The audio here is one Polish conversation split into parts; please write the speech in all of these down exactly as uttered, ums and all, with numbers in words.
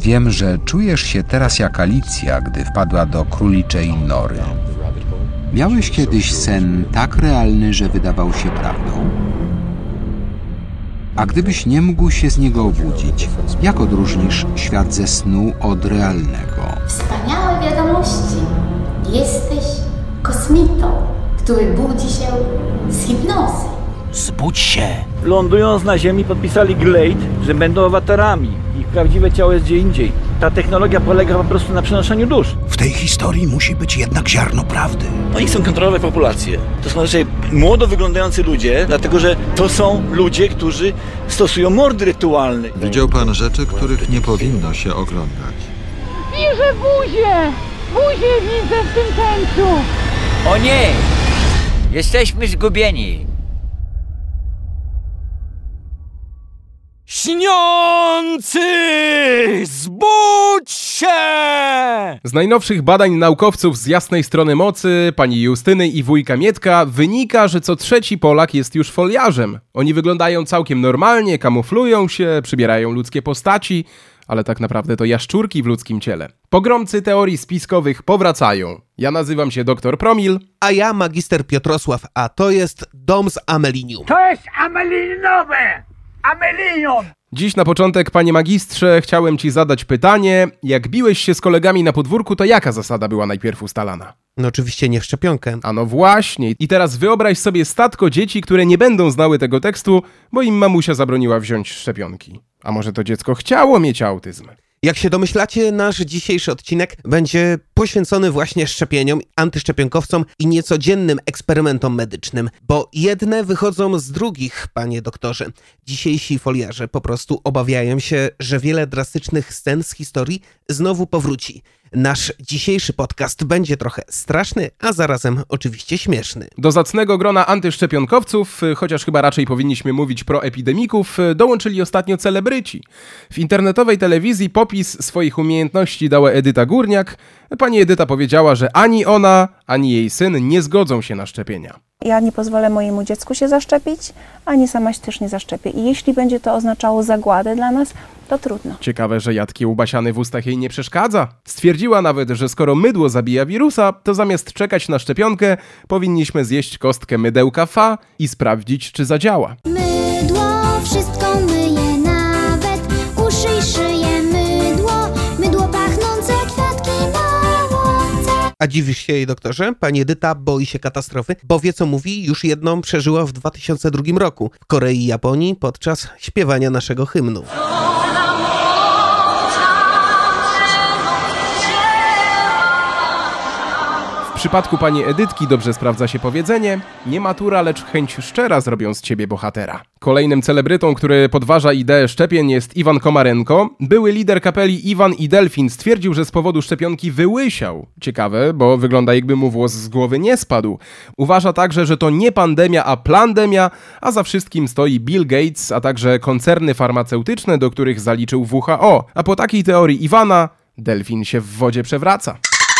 wiem, że czujesz się teraz jak Alicja, gdy wpadła do króliczej nory. Miałeś kiedyś sen tak realny, że wydawał się prawdą? A gdybyś nie mógł się z niego obudzić, jak odróżnisz świat ze snu od realnego? Wspaniałe wiadomości. Jesteś kosmitą, który budzi się z hipnozy. Zbudź się! Lądując na Ziemi podpisali Glade, że będą awatarami. Ich prawdziwe ciało jest gdzie indziej. Ta technologia polega po prostu na przenoszeniu dusz. W tej historii musi być jednak ziarno prawdy. Oni chcą kontrolować populację. To są raczej młodo wyglądający ludzie, dlatego że to są ludzie, którzy stosują mordy rytualne. Widział pan rzeczy, których nie powinno się oglądać. Widzę buzię! Buzię widzę w tym tańcu! O nie! Jesteśmy zgubieni! Śniący! Zbudź się! Z najnowszych badań naukowców z jasnej strony mocy, pani Justyny i wujka Mietka, wynika, że co trzeci Polak jest już foliarzem. Oni wyglądają całkiem normalnie, kamuflują się, przybierają ludzkie postaci, ale tak naprawdę to jaszczurki w ludzkim ciele. Pogromcy teorii spiskowych powracają. Ja nazywam się doktor Promil. A ja magister Piotrosław, a to jest Dom z Amelinium. To jest amelinowe! Amelinion! Dziś na początek, panie magistrze, chciałem ci zadać pytanie. Jak biłeś się z kolegami na podwórku, to jaka zasada była najpierw ustalana? No oczywiście nie w szczepionkę. A no właśnie. I teraz wyobraź sobie statko dzieci, które nie będą znały tego tekstu, bo im mamusia zabroniła wziąć szczepionki. A może to dziecko chciało mieć autyzm? Jak się domyślacie, nasz dzisiejszy odcinek będzie poświęcony właśnie szczepieniom, antyszczepionkowcom i niecodziennym eksperymentom medycznym, bo jedne wychodzą z drugich, panie doktorze. Dzisiejsi foliarze po prostu obawiają się, że wiele drastycznych scen z historii znowu powróci. Nasz dzisiejszy podcast będzie trochę straszny, a zarazem oczywiście śmieszny. Do zacnego grona antyszczepionkowców, chociaż chyba raczej powinniśmy mówić proepidemików, dołączyli ostatnio celebryci. W internetowej telewizji popis swoich umiejętności dała Edyta Górniak. Pani Edyta powiedziała, że ani ona, ani jej syn nie zgodzą się na szczepienia. Ja nie pozwolę mojemu dziecku się zaszczepić, ani sama się też nie zaszczepię. I jeśli będzie to oznaczało zagładę dla nas, to trudno. Ciekawe, że jad kiełbasiany w ustach jej nie przeszkadza. Stwierdziła nawet, że skoro mydło zabija wirusa, to zamiast czekać na szczepionkę, powinniśmy zjeść kostkę mydełka Fa i sprawdzić, czy zadziała. Mydło wszystko myje, nawet uszy i szyję. Mydło, mydło pachnące kwiatki na łące. A dziwisz się jej, doktorze? Pani Edyta boi się katastrofy, bo wie co mówi, już jedną przeżyła w dwa tysiące drugim roku w Korei i Japonii podczas śpiewania naszego hymnu. W przypadku pani Edytki dobrze sprawdza się powiedzenie: nie matura, lecz chęć szczera zrobią z ciebie bohatera. Kolejnym celebrytą, który podważa ideę szczepień, jest Iwan Komarenko. Były lider kapeli Iwan i Delfin stwierdził, że z powodu szczepionki wyłysiał. Ciekawe, bo wygląda jakby mu włos z głowy nie spadł. Uważa także, że to nie pandemia, a plandemia, a za wszystkim stoi Bill Gates, a także koncerny farmaceutyczne, do których zaliczył W H O. A po takiej teorii Iwana, delfin się w wodzie przewraca.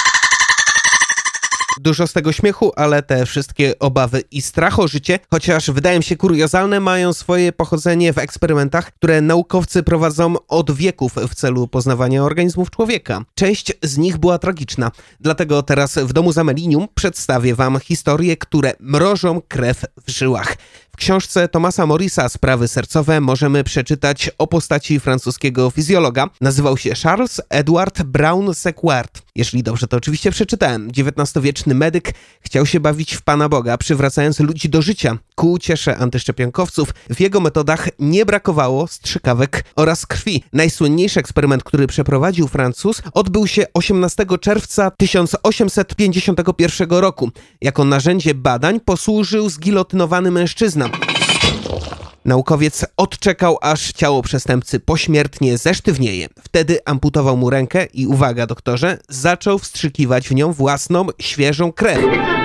Dużo z tego śmiechu, ale te wszystkie obawy i strach o życie, chociaż wydają się kuriozalne, mają swoje pochodzenie w eksperymentach, które naukowcy prowadzą od wieków w celu poznawania organizmów człowieka. Część z nich była tragiczna, dlatego teraz w Domu z Amelinium przedstawię wam historie, które mrożą krew w żyłach. W książce Thomasa Morrisa Sprawy sercowe możemy przeczytać o postaci francuskiego fizjologa. Nazywał się Charles Edward Brown-Sequard. Jeśli dobrze to oczywiście przeczytałem. dziewiętnastowieczny medyk chciał się bawić w Pana Boga, przywracając ludzi do życia. Ku uciesze antyszczepionkowców w jego metodach nie brakowało strzykawek oraz krwi. Najsłynniejszy eksperyment, który przeprowadził Francuz, odbył się osiemnastego czerwca tysiąc osiemset pięćdziesiątego pierwszego roku. Jako narzędzie badań posłużył zgilotynowany mężczyzna. Naukowiec odczekał, aż ciało przestępcy pośmiertnie zesztywnieje. Wtedy amputował mu rękę i, uwaga doktorze, zaczął wstrzykiwać w nią własną, świeżą krew.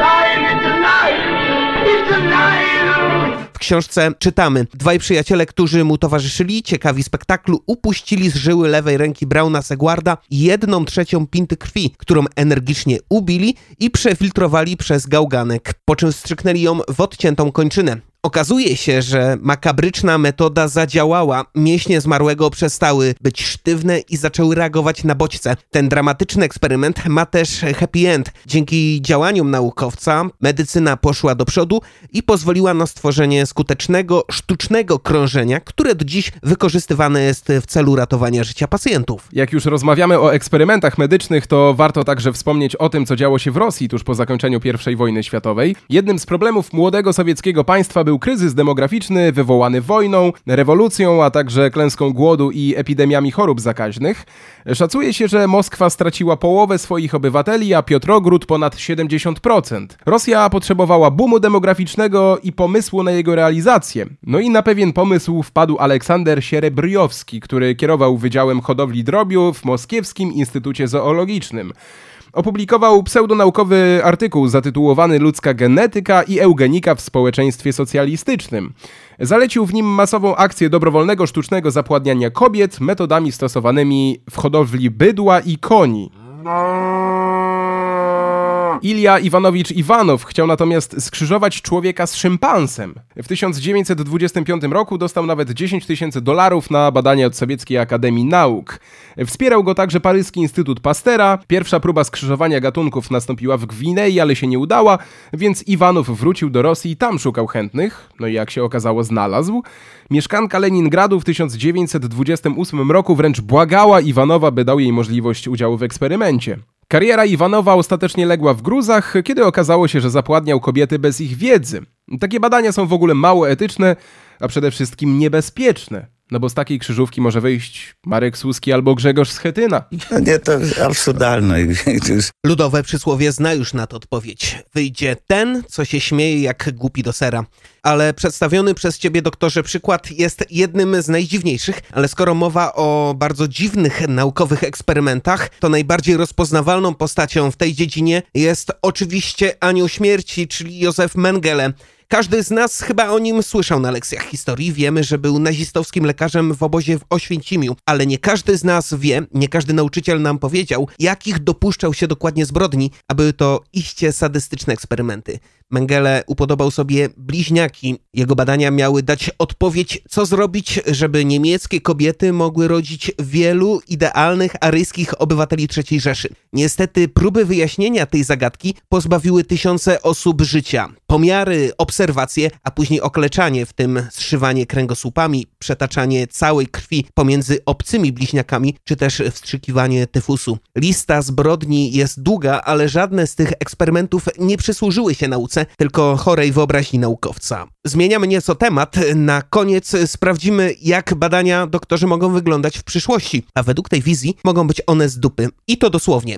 W książce czytamy: dwaj przyjaciele, którzy mu towarzyszyli, ciekawi spektaklu, upuścili z żyły lewej ręki Brauna Segwarda jedną trzecią pinty krwi, którą energicznie ubili i przefiltrowali przez gałganek, po czym wstrzyknęli ją w odciętą kończynę. Okazuje się, że makabryczna metoda zadziałała. Mięśnie zmarłego przestały być sztywne i zaczęły reagować na bodźce. Ten dramatyczny eksperyment ma też happy end. Dzięki działaniom naukowca medycyna poszła do przodu i pozwoliła na stworzenie skutecznego, sztucznego krążenia, które do dziś wykorzystywane jest w celu ratowania życia pacjentów. Jak już rozmawiamy o eksperymentach medycznych, to warto także wspomnieć o tym, co działo się w Rosji tuż po zakończeniu pierwszej wojny światowej. Jednym z problemów młodego sowieckiego państwa był kryzys demograficzny wywołany wojną, rewolucją, a także klęską głodu i epidemiami chorób zakaźnych. Szacuje się, że Moskwa straciła połowę swoich obywateli, a Piotrogród ponad siedemdziesiąt procent. Rosja potrzebowała boomu demograficznego i pomysłu na jego realizację. No i na pewien pomysł wpadł Aleksander Sierebryjowski, który kierował Wydziałem Hodowli Drobiu w Moskiewskim Instytucie Zoologicznym. Opublikował pseudonaukowy artykuł zatytułowany Ludzka genetyka i eugenika w społeczeństwie socjalistycznym. Zalecił w nim masową akcję dobrowolnego sztucznego zapładniania kobiet metodami stosowanymi w hodowli bydła i koni. Ilja Iwanowicz Iwanow chciał natomiast skrzyżować człowieka z szympansem. W tysiąc dziewięćset dwudziestym piątym roku dostał nawet dziesięć tysięcy dolarów na badania od Sowieckiej Akademii Nauk. Wspierał go także paryski Instytut Pastera. Pierwsza próba skrzyżowania gatunków nastąpiła w Gwinei, ale się nie udała, więc Iwanow wrócił do Rosji i tam szukał chętnych. No i jak się okazało, znalazł. Mieszkanka Leningradu w tysiąc dziewięćset dwudziestym ósmym roku wręcz błagała Iwanowa, by dał jej możliwość udziału w eksperymencie. Kariera Iwanowa ostatecznie legła w gruzach, kiedy okazało się, że zapładniał kobiety bez ich wiedzy. Takie badania są w ogóle mało etyczne, a przede wszystkim niebezpieczne. No bo z takiej krzyżówki może wyjść Marek Suski albo Grzegorz Schetyna. No nie, to absurdalne. Ludowe przysłowie zna już na to odpowiedź. Wyjdzie ten, co się śmieje jak głupi do sera. Ale przedstawiony przez ciebie, doktorze, przykład jest jednym z najdziwniejszych, ale skoro mowa o bardzo dziwnych naukowych eksperymentach, to najbardziej rozpoznawalną postacią w tej dziedzinie jest oczywiście anioł śmierci, czyli Józef Mengele. Każdy z nas chyba o nim słyszał na lekcjach historii. Wiemy, że był nazistowskim lekarzem w obozie w Oświęcimiu, ale nie każdy z nas wie, nie każdy nauczyciel nam powiedział, jakich dopuszczał się dokładnie zbrodni, a były to iście sadystyczne eksperymenty. Mengele upodobał sobie bliźniaki. Jego badania miały dać odpowiedź, co zrobić, żeby niemieckie kobiety mogły rodzić wielu idealnych aryjskich obywateli trzeciej Rzeszy. Niestety próby wyjaśnienia tej zagadki pozbawiły tysiące osób życia. Pomiary, obserwacje, a później okleczanie, w tym zszywanie kręgosłupami, przetaczanie całej krwi pomiędzy obcymi bliźniakami, czy też wstrzykiwanie tyfusu. Lista zbrodni jest długa, ale żadne z tych eksperymentów nie przysłużyły się nauce, tylko chorej wyobraźni naukowca. Zmieniamy nieco temat. Na koniec sprawdzimy, jak badania doktorzy mogą wyglądać w przyszłości, a według tej wizji mogą być one z dupy. I to dosłownie.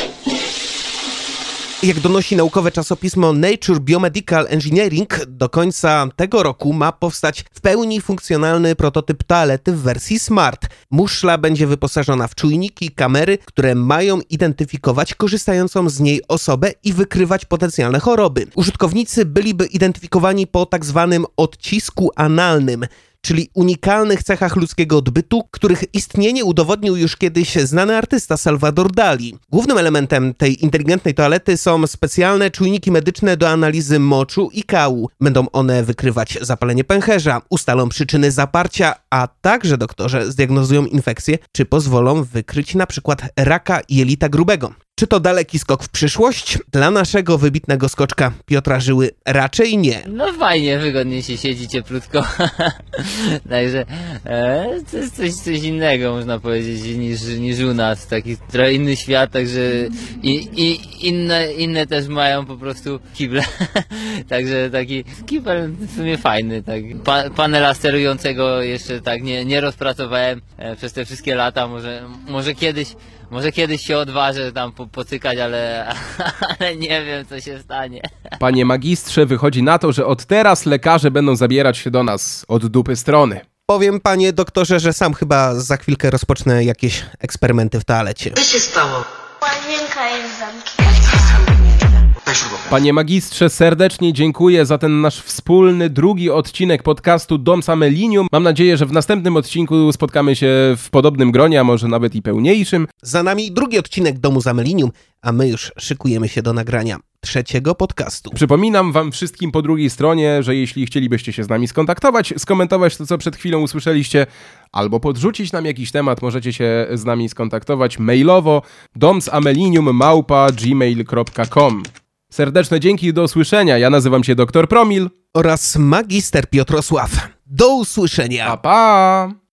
Jak donosi naukowe czasopismo Nature Biomedical Engineering, do końca tego roku ma powstać w pełni funkcjonalny prototyp toalety w wersji Smart. Muszla będzie wyposażona w czujniki, kamery, które mają identyfikować korzystającą z niej osobę i wykrywać potencjalne choroby. Użytkownicy byliby identyfikowani po tak zwanym odcisku analnym, czyli unikalnych cechach ludzkiego odbytu, których istnienie udowodnił już kiedyś znany artysta Salvador Dali. Głównym elementem tej inteligentnej toalety są specjalne czujniki medyczne do analizy moczu i kału. Będą one wykrywać zapalenie pęcherza, ustalą przyczyny zaparcia, a także, doktorze, zdiagnozują infekcję, czy pozwolą wykryć na przykład raka jelita grubego. Czy to daleki skok w przyszłość? Dla naszego wybitnego skoczka Piotra Żyły raczej nie. No fajnie, wygodnie się siedzi, cieplutko. Także e, to jest coś, coś innego, można powiedzieć, niż, niż u nas. Taki trochę inny świat, także i, i inne, inne też mają po prostu kible. Także taki kibel w sumie fajny. Tak. Pa, panela sterującego jeszcze tak nie, nie rozpracowałem e, przez te wszystkie lata. Może, może kiedyś Może kiedyś się odważę tam po, pocykać, ale, ale nie wiem, co się stanie. Panie magistrze, wychodzi na to, że od teraz lekarze będą zabierać się do nas od dupy strony. Powiem, panie doktorze, że sam chyba za chwilkę rozpocznę jakieś eksperymenty w toalecie. Co się stało? Łazienka jest zamknięta. Panie magistrze, serdecznie dziękuję za ten nasz wspólny drugi odcinek podcastu Dom Samelinium. Mam nadzieję, że w następnym odcinku spotkamy się w podobnym gronie, a może nawet i pełniejszym. Za nami drugi odcinek Domu Samelinium, a my już szykujemy się do nagrania trzeciego podcastu. Przypominam wam wszystkim po drugiej stronie, że jeśli chcielibyście się z nami skontaktować, skomentować to, co przed chwilą usłyszeliście, albo podrzucić nam jakiś temat, możecie się z nami skontaktować mailowo domsamelinium małpa gmail kropka com. Serdeczne dzięki i do usłyszenia. Ja nazywam się doktor Promil oraz magister Piotrosław. Do usłyszenia. Pa, pa!